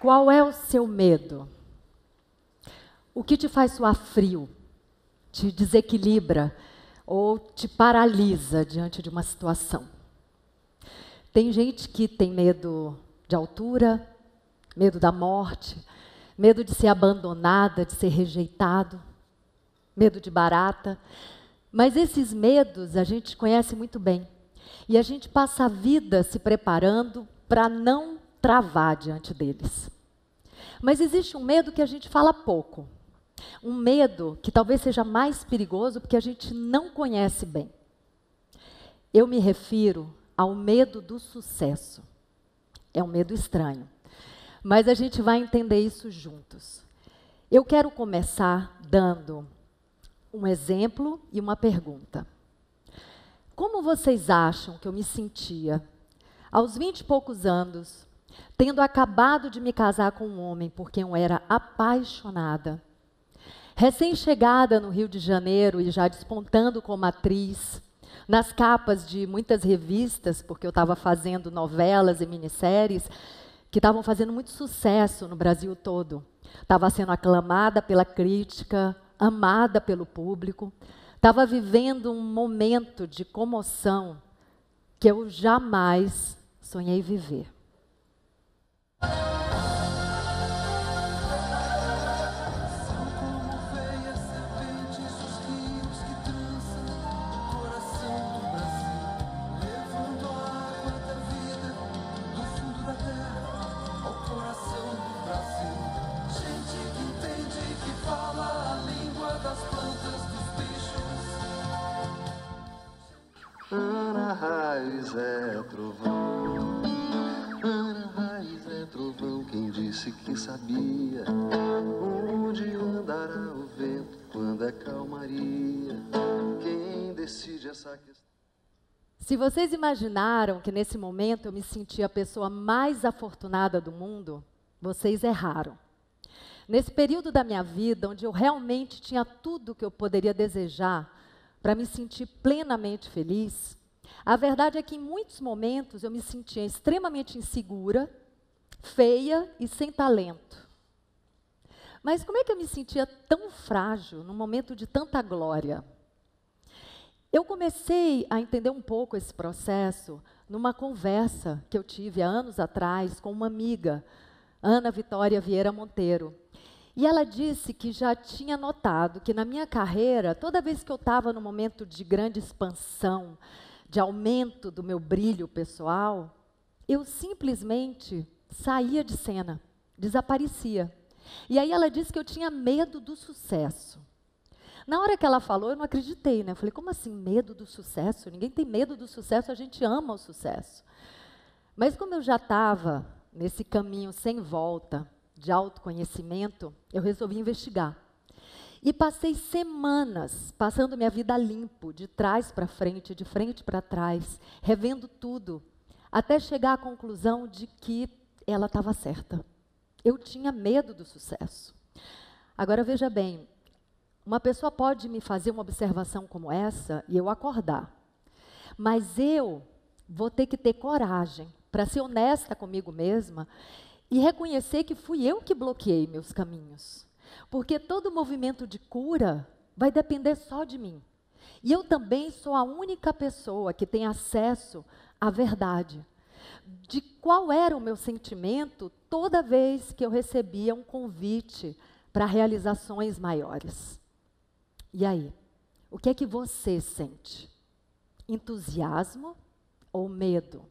Qual é o seu medo? O que te faz suar frio? Te desequilibra ou te paralisa diante de uma situação? Tem gente que tem medo de altura, medo da morte, medo de ser abandonada, de ser rejeitado, medo de barata. Mas esses medos a gente conhece muito bem. E a gente passa a vida se preparando para não travar diante deles. Mas existe um medo que a gente fala pouco. Um medo que talvez seja mais perigoso porque a gente não conhece bem. Eu me refiro ao medo do sucesso. É um medo estranho. Mas a gente vai entender isso juntos. Eu quero começar dando um exemplo e uma pergunta. Como vocês acham que eu me sentia aos 20 e poucos anos, tendo acabado de me casar com um homem por quem eu era apaixonada, recém-chegada no Rio de Janeiro e já despontando como atriz, nas capas de muitas revistas, porque eu estava fazendo novelas e minisséries que estavam fazendo muito sucesso no Brasil todo. Estava sendo aclamada pela crítica, amada pelo público. Estava vivendo um momento de comoção que eu jamais sonhei viver. Ana Raiz é trovão, Ana Raiz é trovão, quem disse que sabia onde andará o vento quando é calmaria, quem decide essa questão. Se vocês imaginaram que nesse momento eu me sentia a pessoa mais afortunada do mundo, vocês erraram. Nesse período da minha vida, onde eu realmente tinha tudo que eu poderia desejar para me sentir plenamente feliz, a verdade é que em muitos momentos eu me sentia extremamente insegura, feia e sem talento. Mas como é que eu me sentia tão frágil num momento de tanta glória? Eu comecei a entender um pouco esse processo numa conversa que eu tive há anos atrás com uma amiga, Ana Vitória Vieira Monteiro. E ela disse que já tinha notado que na minha carreira, toda vez que eu estava num momento de grande expansão, de aumento do meu brilho pessoal, eu simplesmente saía de cena, desaparecia. E aí ela disse que eu tinha medo do sucesso. Na hora que ela falou, eu não acreditei, né? Eu falei, como assim medo do sucesso? Ninguém tem medo do sucesso, a gente ama o sucesso. Mas como eu já estava nesse caminho sem volta, de autoconhecimento, eu resolvi investigar. E passei semanas passando minha vida limpo, de trás para frente, de frente para trás, revendo tudo, até chegar à conclusão de que ela estava certa. Eu tinha medo do sucesso. Agora veja bem, uma pessoa pode me fazer uma observação como essa e eu acordar. Mas eu vou ter que ter coragem para ser honesta comigo mesma e reconhecer que fui eu que bloqueei meus caminhos. Porque todo movimento de cura vai depender só de mim. E eu também sou a única pessoa que tem acesso à verdade. De qual era o meu sentimento toda vez que eu recebia um convite para realizações maiores. E aí? O que é que você sente? Entusiasmo ou medo?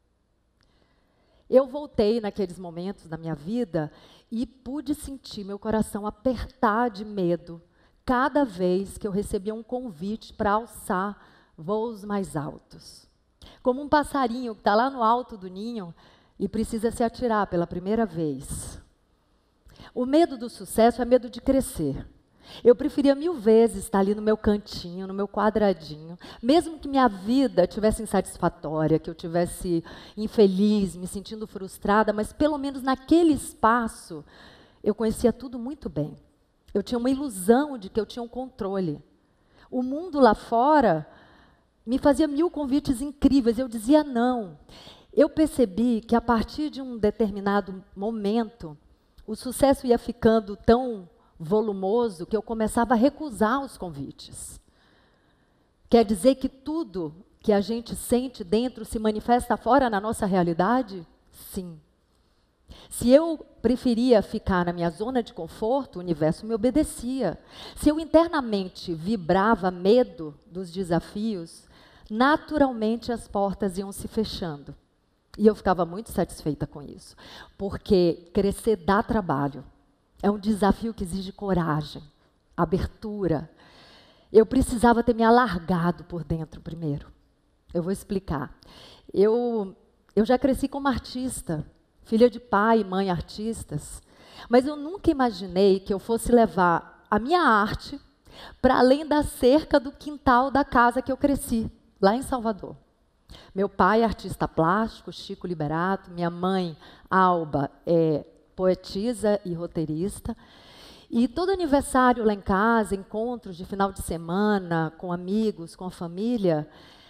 Eu voltei naqueles momentos da minha vida e pude sentir meu coração apertar de medo cada vez que eu recebia um convite para alçar voos mais altos. Como um passarinho que está lá no alto do ninho e precisa se atirar pela primeira vez. O medo do sucesso é medo de crescer. Eu preferia 1000 vezes estar ali no meu cantinho, no meu quadradinho, mesmo que minha vida tivesse insatisfatória, que eu tivesse infeliz, me sentindo frustrada, mas pelo menos naquele espaço eu conhecia tudo muito bem. Eu tinha uma ilusão de que eu tinha um controle. O mundo lá fora me fazia 1000 convites incríveis, eu dizia não. eu percebi que a partir de um determinado momento, o sucesso ia ficando tão volumoso que eu começava a recusar os convites. Quer dizer que tudo que a gente sente dentro se manifesta fora na nossa realidade? Sim. Se eu preferia ficar na minha zona de conforto, o universo me obedecia. Se eu internamente vibrava medo dos desafios, naturalmente as portas iam se fechando. E eu ficava muito satisfeita com isso, porque crescer dá trabalho. É um desafio que exige coragem, abertura. Eu precisava ter me alargado por dentro primeiro. Eu vou explicar. Eu já cresci como artista, filha de pai e mãe artistas, mas eu nunca imaginei que eu fosse levar a minha arte para além da cerca do quintal da casa que eu cresci, lá em Salvador. Meu pai é artista plástico, Chico Liberato, minha mãe, Alba, é poetisa e roteirista. E todo aniversário lá em casa, encontros de final de semana, com amigos, com a família,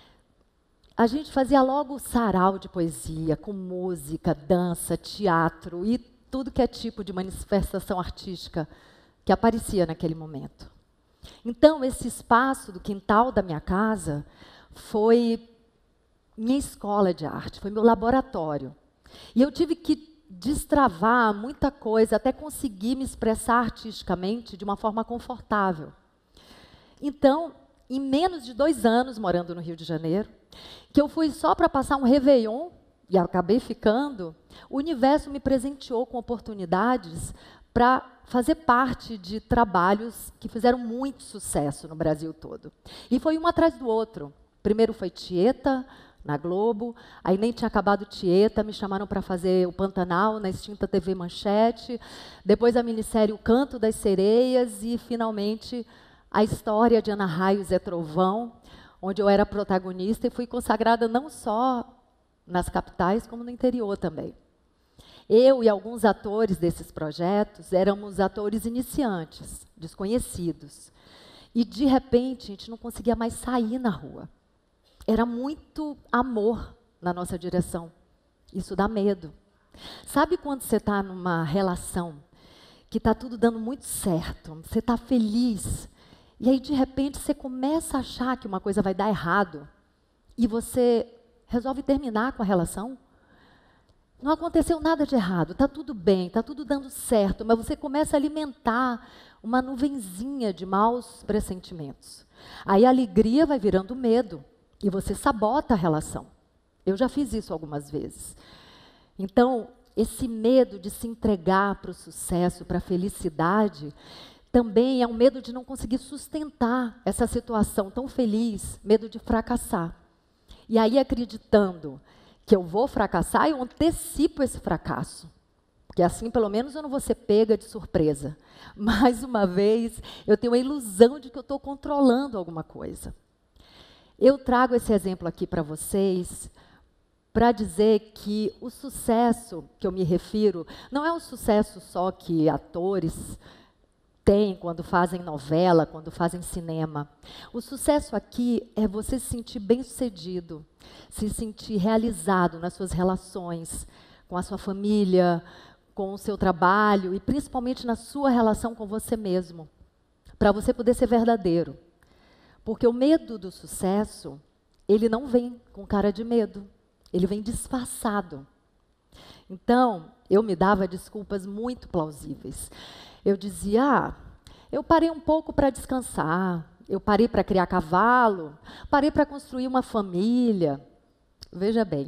a gente fazia logo sarau de poesia, com música, dança, teatro e tudo que é tipo de manifestação artística que aparecia naquele momento. Então, esse espaço do quintal da minha casa foi minha escola de arte, foi meu laboratório. E eu tive que destravar muita coisa até conseguir me expressar artisticamente de uma forma confortável. Então, em menos de 2 anos morando no Rio de Janeiro, que eu fui só para passar um Réveillon, e acabei ficando, o universo me presenteou com oportunidades para fazer parte de trabalhos que fizeram muito sucesso no Brasil todo. E foi um atrás do outro. Primeiro foi Tieta, na Globo, aí nem tinha acabado Tieta, me chamaram para fazer o Pantanal na extinta TV Manchete, depois a minissérie O Canto das Sereias e, finalmente, a história de Ana Raio e Zé Trovão, onde eu era protagonista e fui consagrada não só nas capitais, como no interior também. Eu e alguns atores desses projetos éramos atores iniciantes, desconhecidos, e, de repente, a gente não conseguia mais sair na rua. Era muito amor na nossa direção. Isso dá medo. Sabe quando você está numa relação que está tudo dando muito certo, você está feliz, e aí, de repente, você começa a achar que uma coisa vai dar errado, e você resolve terminar com a relação? Não aconteceu nada de errado, está tudo bem, está tudo dando certo, mas você começa a alimentar uma nuvenzinha de maus pressentimentos. Aí a alegria vai virando medo. E você sabota a relação. Eu já fiz isso algumas vezes. Então, esse medo de se entregar para o sucesso, para a felicidade, também é um medo de não conseguir sustentar essa situação tão feliz, medo de fracassar. E aí, acreditando que eu vou fracassar, eu antecipo esse fracasso. Porque assim, pelo menos, eu não vou ser pega de surpresa. Mais uma vez, eu tenho a ilusão de que eu estou controlando alguma coisa. Eu trago esse exemplo aqui para vocês para dizer que o sucesso que eu me refiro não é um sucesso só que atores têm quando fazem novela, quando fazem cinema. O sucesso aqui é você se sentir bem-sucedido, se sentir realizado nas suas relações, com a sua família, com o seu trabalho e principalmente na sua relação com você mesmo, para você poder ser verdadeiro. Porque o medo do sucesso, ele não vem com cara de medo, ele vem disfarçado. Então, eu me dava desculpas muito plausíveis. Eu dizia, eu parei um pouco para descansar, eu parei para criar cavalo, parei para construir uma família. Veja bem,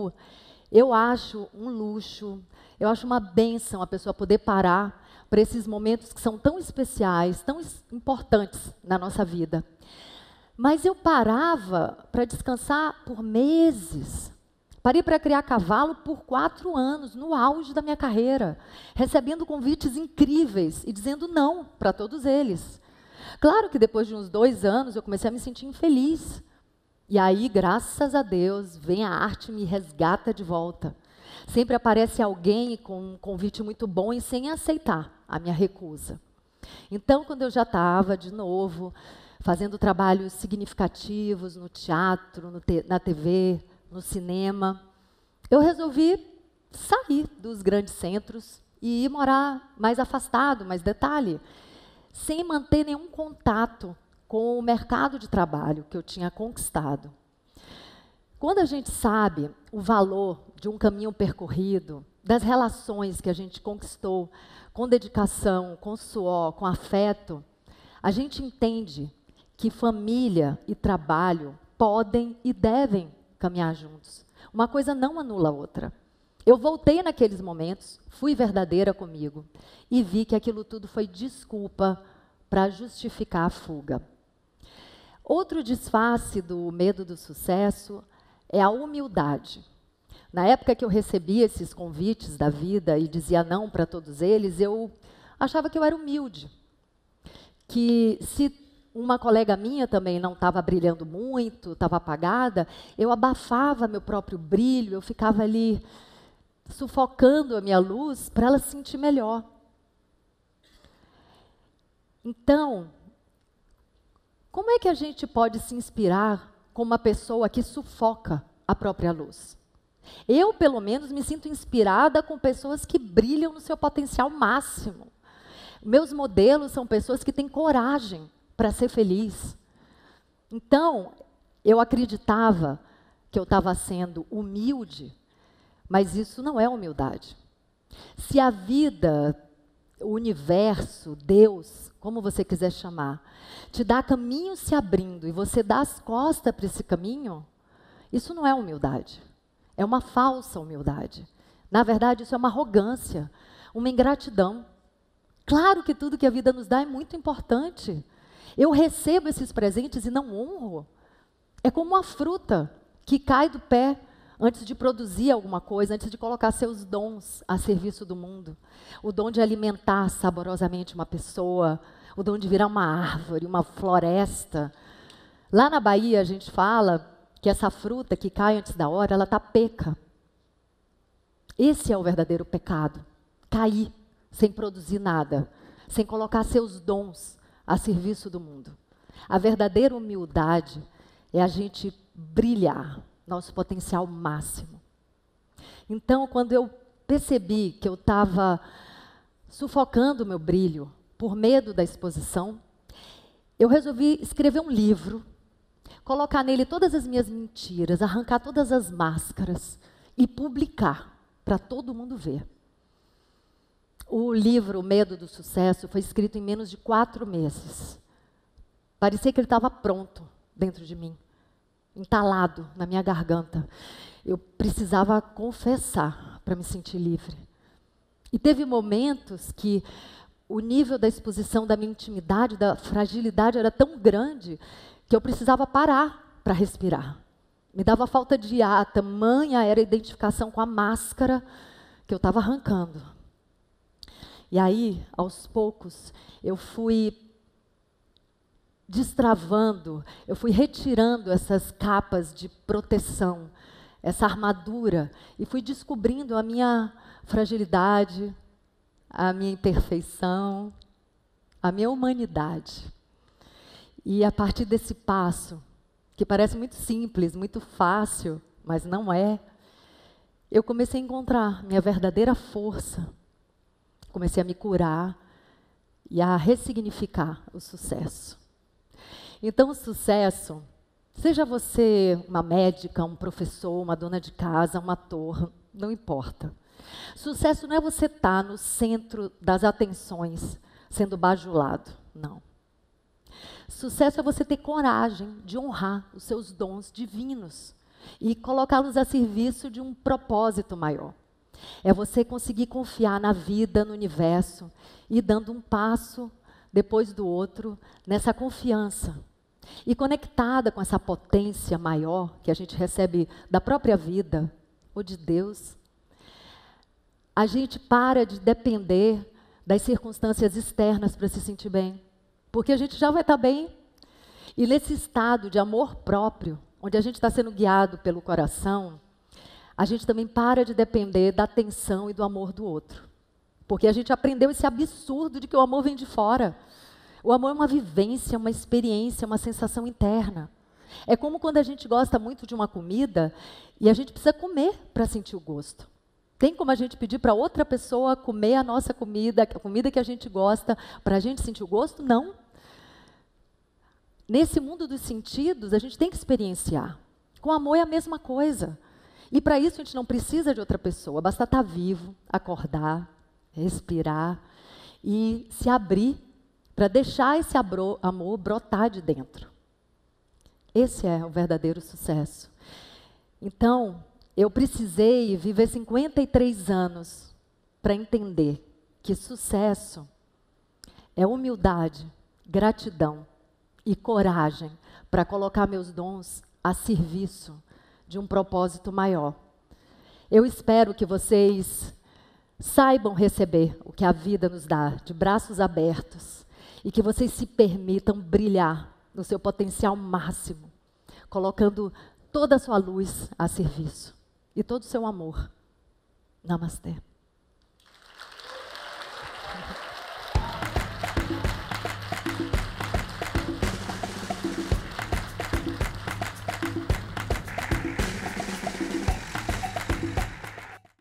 eu acho um luxo, eu acho uma bênção a pessoa poder parar para esses momentos que são tão especiais, tão importantes na nossa vida. Mas eu parava para descansar por meses. Parei para criar cavalo por 4 anos, no auge da minha carreira, recebendo convites incríveis e dizendo não para todos eles. Claro que depois de uns 2 anos eu comecei a me sentir infeliz. E aí, graças a Deus, vem a arte e me resgata de volta. Sempre aparece alguém com um convite muito bom e sem aceitar a minha recusa. Então, quando eu já estava, de novo, fazendo trabalhos significativos no teatro, na TV, no cinema, eu resolvi sair dos grandes centros e ir morar mais afastado, mas detalhe, sem manter nenhum contato com o mercado de trabalho que eu tinha conquistado. Quando a gente sabe o valor de um caminho percorrido, das relações que a gente conquistou com dedicação, com suor, com afeto, a gente entende que família e trabalho podem e devem caminhar juntos. Uma coisa não anula a outra. Eu voltei naqueles momentos, fui verdadeira comigo e vi que aquilo tudo foi desculpa para justificar a fuga. Outro disfarce do medo do sucesso é a humildade. Na época que eu recebia esses convites da vida e dizia não para todos eles, eu achava que eu era humilde. Que se uma colega minha também não estava brilhando muito, estava apagada, eu abafava meu próprio brilho, eu ficava ali sufocando a minha luz para ela se sentir melhor. Então, como é que a gente pode se inspirar com uma pessoa que sufoca a própria luz? Eu, pelo menos, me sinto inspirada com pessoas que brilham no seu potencial máximo. Meus modelos são pessoas que têm coragem para ser feliz. Então, eu acreditava que eu estava sendo humilde, mas isso não é humildade. Se a vida, o universo, Deus, como você quiser chamar, te dá caminho se abrindo e você dá as costas para esse caminho, isso não é humildade. É uma falsa humildade. Na verdade, isso é uma arrogância, uma ingratidão. Claro que tudo que a vida nos dá é muito importante. Eu recebo esses presentes e não honro. É como uma fruta que cai do pé antes de produzir alguma coisa, antes de colocar seus dons a serviço do mundo. O dom de alimentar saborosamente uma pessoa, o dom de virar uma árvore, uma floresta. Lá na Bahia a gente fala que essa fruta que cai antes da hora, ela está peca. Esse é o verdadeiro pecado. Cair sem produzir nada, sem colocar seus dons a serviço do mundo. A verdadeira humildade é a gente brilhar nosso potencial máximo. Então, quando eu percebi que eu estava sufocando o meu brilho por medo da exposição, eu resolvi escrever um livro, colocar nele todas as minhas mentiras, arrancar todas as máscaras e publicar para todo mundo ver. O livro O Medo do Sucesso foi escrito em menos de 4 meses. Parecia que ele estava pronto dentro de mim, entalado na minha garganta. Eu precisava confessar para me sentir livre. E teve momentos que o nível da exposição da minha intimidade, da fragilidade era tão grande que eu precisava parar para respirar. Me dava falta de ar, tamanha era a identificação com a máscara que eu estava arrancando. E aí, aos poucos, eu fui destravando, eu fui retirando essas capas de proteção, essa armadura, e fui descobrindo a minha fragilidade, a minha imperfeição, a minha humanidade. E a partir desse passo, que parece muito simples, muito fácil, mas não é, eu comecei a encontrar minha verdadeira força. Comecei a me curar e a ressignificar o sucesso. Então, o sucesso, seja você uma médica, um professor, uma dona de casa, um ator, não importa. Sucesso não é você estar no centro das atenções, sendo bajulado, não. Sucesso é você ter coragem de honrar os seus dons divinos e colocá-los a serviço de um propósito maior. É você conseguir confiar na vida, no universo, e dando um passo depois do outro nessa confiança. E conectada com essa potência maior que a gente recebe da própria vida ou de Deus, a gente para de depender das circunstâncias externas para se sentir bem. Porque a gente já vai estar bem. E nesse estado de amor próprio, onde a gente está sendo guiado pelo coração, a gente também para de depender da atenção e do amor do outro. Porque a gente aprendeu esse absurdo de que o amor vem de fora. O amor é uma vivência, uma experiência, uma sensação interna. É como quando a gente gosta muito de uma comida e a gente precisa comer para sentir o gosto. Tem como a gente pedir para outra pessoa comer a nossa comida, a comida que a gente gosta, para a gente sentir o gosto? Não. Nesse mundo dos sentidos, a gente tem que experienciar. Com amor é a mesma coisa. E para isso a gente não precisa de outra pessoa, basta estar vivo, acordar, respirar e se abrir para deixar esse amor brotar de dentro. Esse é o verdadeiro sucesso. Então, eu precisei viver 53 anos para entender que sucesso é humildade, gratidão e coragem para colocar meus dons a serviço de um propósito maior. Eu espero que vocês saibam receber o que a vida nos dá, de braços abertos, e que vocês se permitam brilhar no seu potencial máximo, colocando toda a sua luz a serviço e todo o seu amor. Namastê.